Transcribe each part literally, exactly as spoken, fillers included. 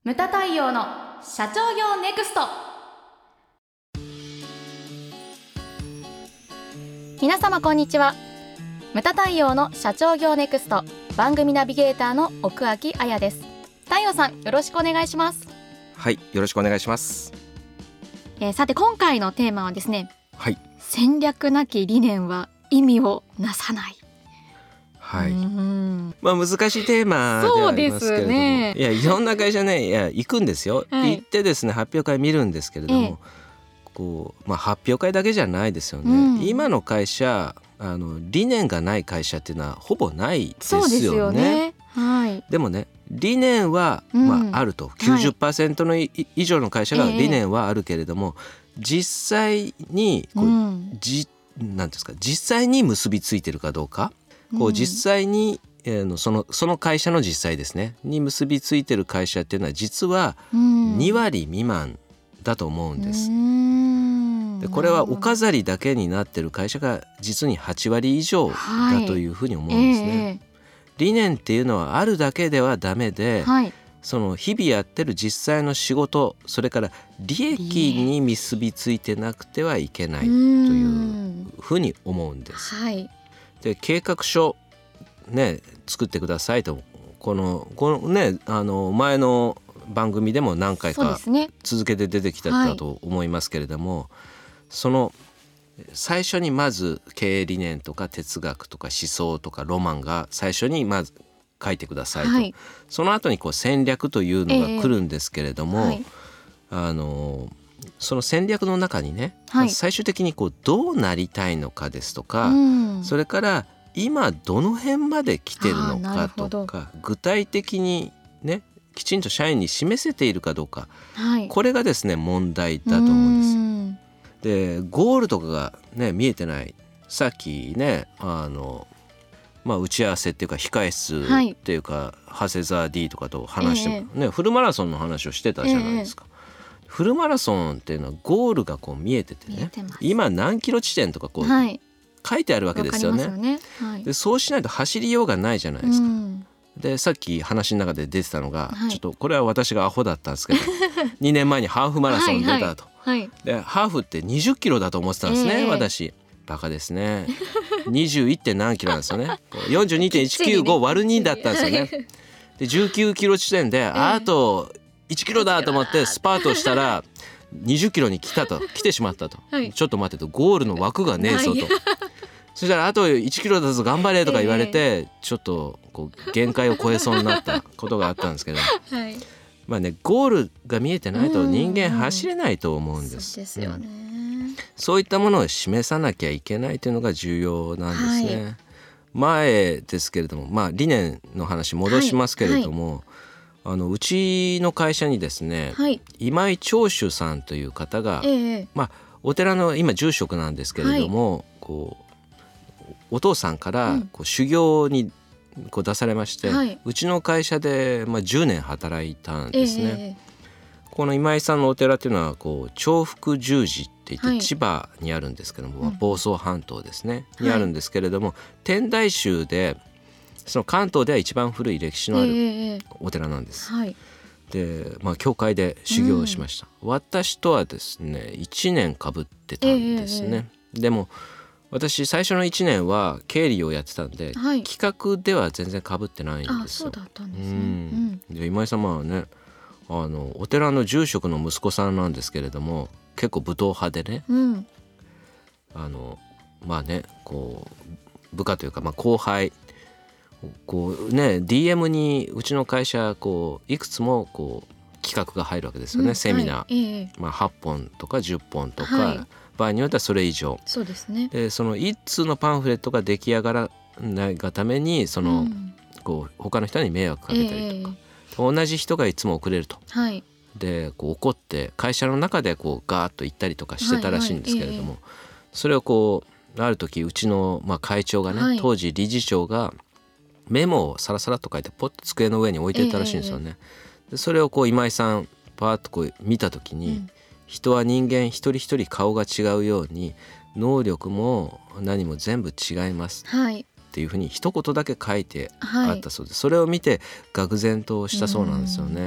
ムタ太陽の社長業ネクスト。皆様こんにちは。ムタ太陽の社長業ネクスト番組ナビゲーターの奥脇彩です。太陽さん、よろしくお願いします。 はい、よろしくお願いします。 えー、さて今回のテーマはですね、 はい、 戦略なき理念は意味をなさない。 はい、 うん、 まあ難しいテーマではありますけれども、 そうですね、 いやいろんな会社ね、いや行くんですよ、はい、行ってですね発表会見るんですけれども、ええ、こうまあ、発表会だけじゃないですよね、うん、今の会社あの理念がない会社っていうのはほぼないですよね。 そうですよね、はい、 でもね理念は、まあ、あると、うん、きゅうじゅっパーセント の以上の会社が理念はあるけれども、ええ、実際にこう、うん、じなんですか実際に結びついてるかどうか、こう実際に、えー、その、その会社の実際ですねに結びついてる会社っていうのは実はにわり未満だと思うんです、うん、でこれはお飾りだけになってる会社が実にはちわり以上だというふうに思うんですね、はい、えー、理念っていうのはあるだけではダメで、はい、その日々やってる実際の仕事、それから利益に結びついてなくてはいけないというふうに思うんです、はい、で計画書、ね、作ってくださいと、この、この、ね、あの前の番組でも何回か続けて出てきてたと思いますけれども、はい、その最初にまず経営理念とか哲学とか思想とかロマンが最初にまず書いてくださいと、はい、その後にこう戦略というのが来るんですけれども、えーはい、あのその戦略の中にね、はい、最終的にこうどうなりたいのかですとか、うん、それから今どの辺まで来てるのかとか、具体的にねきちんと社員に示せているかどうか、はい、これがですね問題だと思うんです。でゴールとかが、ね、見えてない、さっきねあの、まあ、打ち合わせっていうか控え室っていうか、はい、長谷沢 D とかと話しても、えーね、フルマラソンの話をしてたじゃないですか、えーフルマラソンっていうのはゴールがこう見えててね、今何キロ地点とかこう、はい、書いてあるわけですよね。わかりますよね、はい、でそうしないと走りようがないじゃないですか、うん、でさっき話の中で出てたのが、はい、ちょっとこれは私がアホだったんですけどにねんまえにハーフマラソン出たと、はいはい、でハーフってにじゅっキロだと思ってたんですね、えー、私バカですねにじゅういってん何キロなんですよねよんじゅうにてんいちきゅうご 割るにだったんですよねでじゅうきゅうキロ地点で、えー、あといちキロだと思ってスパートしたらにじゅっキロに来たと来てしまったと、はい、ちょっと待ってとゴールの枠がねえぞと、はい、そしたらあといちキロだぞ頑張れとか言われて、えー、ちょっとこう限界を超えそうになったことがあったんですけど、はい、まあねゴールが見えてないと人間走れないと思うんです。そうですよね、うん、そういったものを示さなきゃいけないというのが重要なんですね、はい、前ですけれども、まあ理念の話戻しますけれども、はいはい、あのうちの会社にですね、はい、今井長州さんという方が、えーまあ、お寺の今住職なんですけれども、はい、こうお父さんからこう修行にこう出されまして、はい、うちの会社で、まあ、じゅうねん働いたんですね、えー、この今井さんのお寺っていうのはこう長福十字って言って、はい、千葉にあるんですけども、房総半島ですね、うん、にあるんですけれども、はい、天台宗でその関東では一番古い歴史のあるお寺なんです、えーはい、で、まあ、教会で修行をしました、うん、私とはですねいちねんかぶってたんですね、えー、でも私最初のいちねんは経理をやってたんで、はい、企画では全然かぶってないんですよ。あ、そうだったんですね、うんうん、で今井様はねあのお寺の住職の息子さんなんですけれども結構武闘派でね、うん、あのまあねこう部下というか、まあ、後輩こうね ディーエム にうちの会社こういくつもこう企画が入るわけですよね、うん、セミナー、はいえーまあ、はっぽんとかじゅっぽんとか、はい、場合によってはそれ以上そうですね。でそのいっつうのパンフレットが出来上がらないがためにその、うん、こう他の人に迷惑かけたりとか、えー、同じ人がいつも遅れると、はい、でこう怒って会社の中でこうガーッと言ったりとかしてたらしいんですけれども、はいはいえー、それをこうある時うちの、まあ、会長がね、はい、当時理事長がメモをサラサラっと書いてポッと机の上に置いていたらしいんですよね、えー、でそれをこう今井さんパーッとこう見た時に、うん、人は人間一人一人顔が違うように能力も何も全部違います、はい、っていうふうに一言だけ書いてあったそうです、はい、それを見て愕然としたそうなんですよね。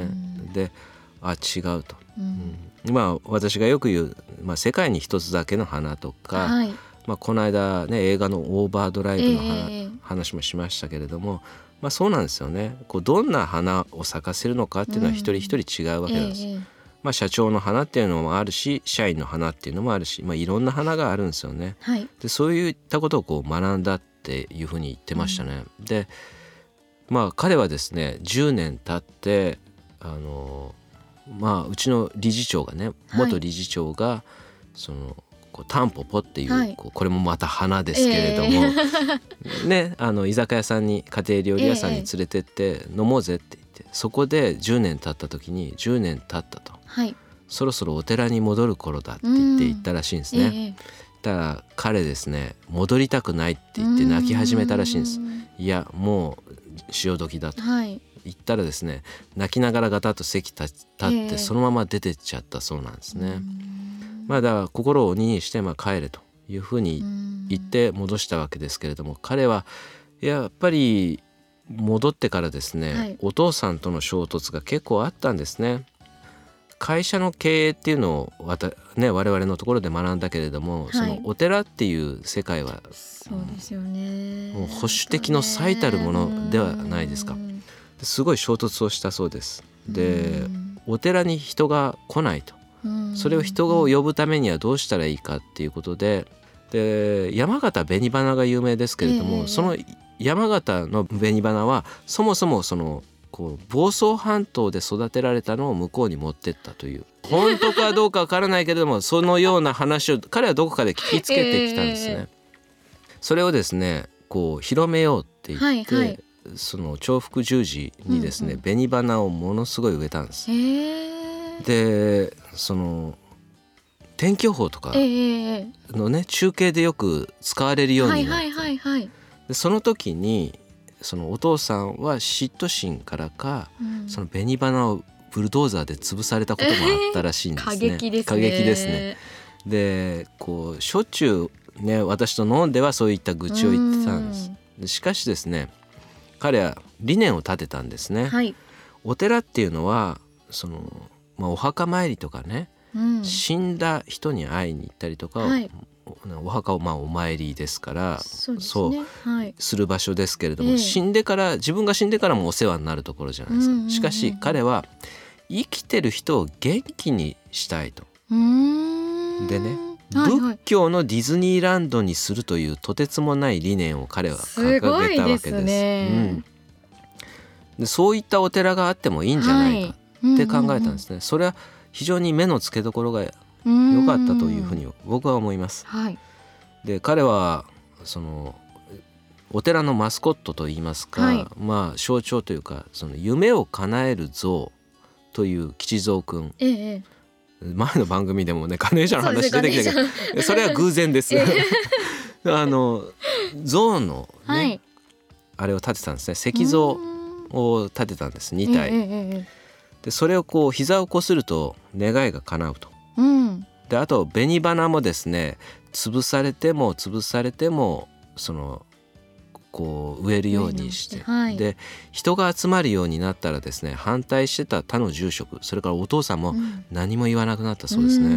であ違うと、うんうん、まあ私がよく言う、まあ、世界に一つだけの花とか、はい、まあ、この間ね映画のオーバードライブの、えー、話もしましたけれども、まあ、そうなんですよね。こうどんな花を咲かせるのかっていうのは一人一人違うわけなんです、うんえーまあ、社長の花っていうのもあるし社員の花っていうのもあるし、まあ、いろんな花があるんですよね、はい、でそういったことをこう学んだっていうふうに言ってましたね、うん、でまあ彼はですねじゅうねん経ってあのまあうちの理事長がね元理事長が、はい、そのこうタンポポっていう、はい、こうこれもまた花ですけれども、えーね、あの居酒屋さんに家庭料理屋さんに連れてって飲もうぜって言って、そこでじゅうねん経った時にじゅうねん経ったと、はい、そろそろお寺に戻る頃だって言って言ったらしいんですね、うんえー、だから彼ですね戻りたくないって言って泣き始めたらしいんです。いやもう潮時だと、はい、言ったらですね泣きながらガタッと席立ってそのまま出てっちゃったそうなんですね、えーまあ、だから心を鬼にしてまあ帰れというふうに言って戻したわけですけれども、彼はやっぱり戻ってからですね、はい、お父さんとの衝突が結構あったんですね。会社の経営っていうのをわた、ね、我々のところで学んだけれども、はい、そのお寺っていう世界はそうですよね、 もう保守的の最たるものではないですか。すごい衝突をしたそうです。でお寺に人が来ないと、それを人を呼ぶためにはどうしたらいいかっていうことで、で山形紅花が有名ですけれども、えー、その山形の紅花はそもそもそのこう房総半島で育てられたのを向こうに持ってったという、本当かどうかわからないけれどもそのような話を彼はどこかで聞きつけてきたんですね、えー、それをですねこう広めようって言って、はいはい、その長福十字にですね、うんうん、紅花をものすごい植えたんです、えーでその天気予報とかのね、えー、中継でよく使われるようになって、はいはいはいはい、でその時にそのお父さんは嫉妬心からか、うん、その紅花をブルドーザーで潰されたこともあったらしいんですね、えー、過激ですね過激ですね。でこうしょっちゅうね私と飲んではそういった愚痴を言ってたんです。でしかしですね彼は理念を立てたんですね、はい、お寺っていうのはそのまあ、お墓参りとかね、うん、死んだ人に会いに行ったりとか、はい、お墓をまあお参りですからそうですね、そう、はい、する場所ですけれども、えー、死んでから自分が死んでからもお世話になるところじゃないですか、うんうんうん、しかし彼は生きてる人を元気にしたいと。うーんでね、はいはい、仏教のディズニーランドにするというとてつもない理念を彼は掲げたわけです。すごいですね、うん、でそういったお寺があってもいいんじゃないか、はいって考えたんですね、うんうんうん、それは非常に目の付けどころが良かったというふうに僕は思います、はい、で彼はそのお寺のマスコットといいますか、はい、まあ象徴というかその夢を叶える像という吉蔵くん、ええ、前の番組でもねカネーションの話出てきたけど そ, それは偶然です、ええ、あの像の、ねはい、あれを建てたんですね。石像を建てたんですにたい、ええええでそれをこう膝をこすると願いが叶うと、うん、であと紅花もですね潰されても潰されてもそのこう植えるようにして、はい、で人が集まるようになったらですね反対してた他の住職それからお父さんも何も言わなくなったそうですね、うん、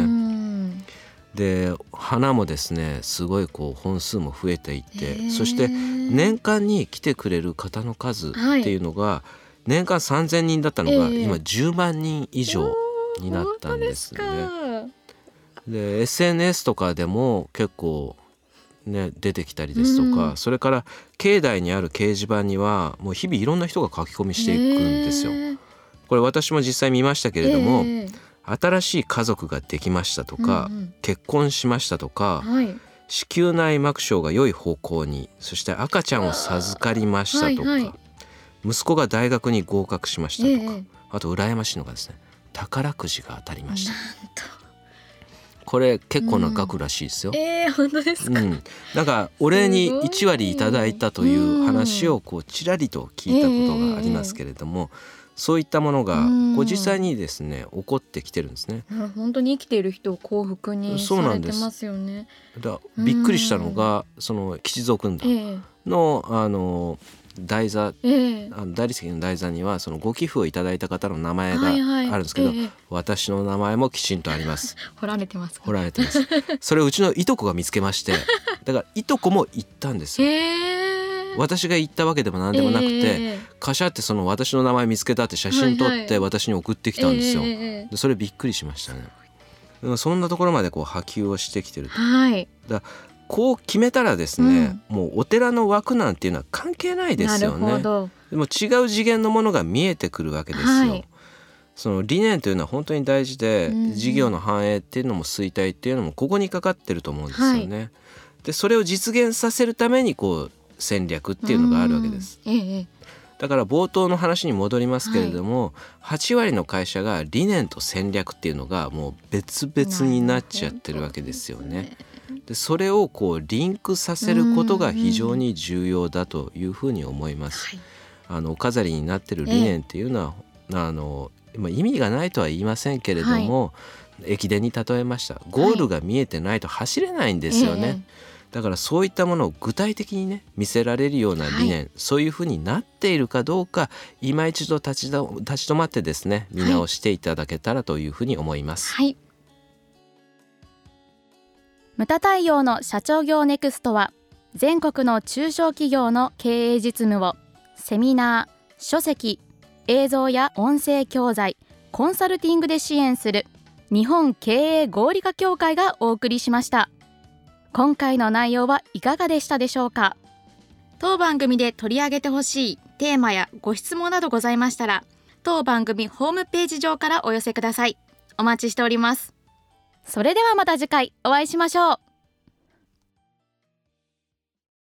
で花もですねすごいこう本数も増えていってそして年間に来てくれる方の数っていうのが、はい年間さんぜんにんだったのが今じゅうまんにん以上になったんですね、で エスエヌエス とかでも結構ね出てきたりですとか、うん、それから境内にある掲示板にはもう日々いろんな人が書き込みしていくんですよ。これ私も実際見ましたけれども、えー、新しい家族ができましたとか、うんうん、結婚しましたとか、はい、子宮内膜症が良い方向にそして赤ちゃんを授かりましたとか、はいはい息子が大学に合格しましたとか、ええ、あと羨ましいのがですね宝くじが当たりました。なんとこれ結構な額らしいですよ、うん、 えー、本当ですか、うん、 なんかお礼にいちわりいただいたという話をこうちらりと聞いたことがありますけれども、えー、そういったものがこう実際にですね起こってきてるんですね。 本当に生きている人を幸福にされてますよね。 だびっくりしたのがその吉蔵くんだの、えー、あの台座、えー、あの大理石の台座にはそのご寄付をいただいた方の名前があるんですけど、はいはい、えー、私の名前もきちんとあります彫られてます、 彫られてますそれをうちのいとこが見つけまして、だからいとこも行ったんですよ、えー、私が行ったわけでも何でもなくて、えー、カシャってその私の名前見つけたって写真撮って私に送ってきたんですよ、はいはい、でそれびっくりしましたね。そんなところまでこう波及をしてきてると、はい、だこう決めたらですね、うん、もうお寺の枠なんていうのは関係ないですよね。でも違う次元のものが見えてくるわけですよ、はい、その理念というのは本当に大事で、うん、事業の繁栄っていうのも衰退っていうのもここにかかってると思うんですよね、はい、でそれを実現させるためにこう戦略っていうのがあるわけです、うん、ええ、だから冒頭の話に戻りますけれども、はい、はち割の会社が理念と戦略っていうのがもう別々になっちゃってるわけですよね。でそれをこうリンクさせることが非常に重要だというふうに思います、はい、あのお飾りになってる理念っていうのは、えー、あの意味がないとは言いませんけれども、はい、駅伝に例えました。ゴールが見えてないと走れないんですよね、はい、えーだからそういったものを具体的にね見せられるような理念、はい、そういうふうになっているかどうか今一度立ちど立ち止まってですね見直していただけたらというふうに思います、 はい、ムタ太陽の社長業ネクストは全国の中小企業の経営実務をセミナー、書籍、映像や音声教材、コンサルティングで支援する日本経営合理化協会がお送りしました。今回の内容はいかがでしたでしょうか。当番組で取り上げてほしいテーマやご質問などございましたら、当番組ホームページ上からお寄せください。お待ちしております。それではまた次回お会いしましょう。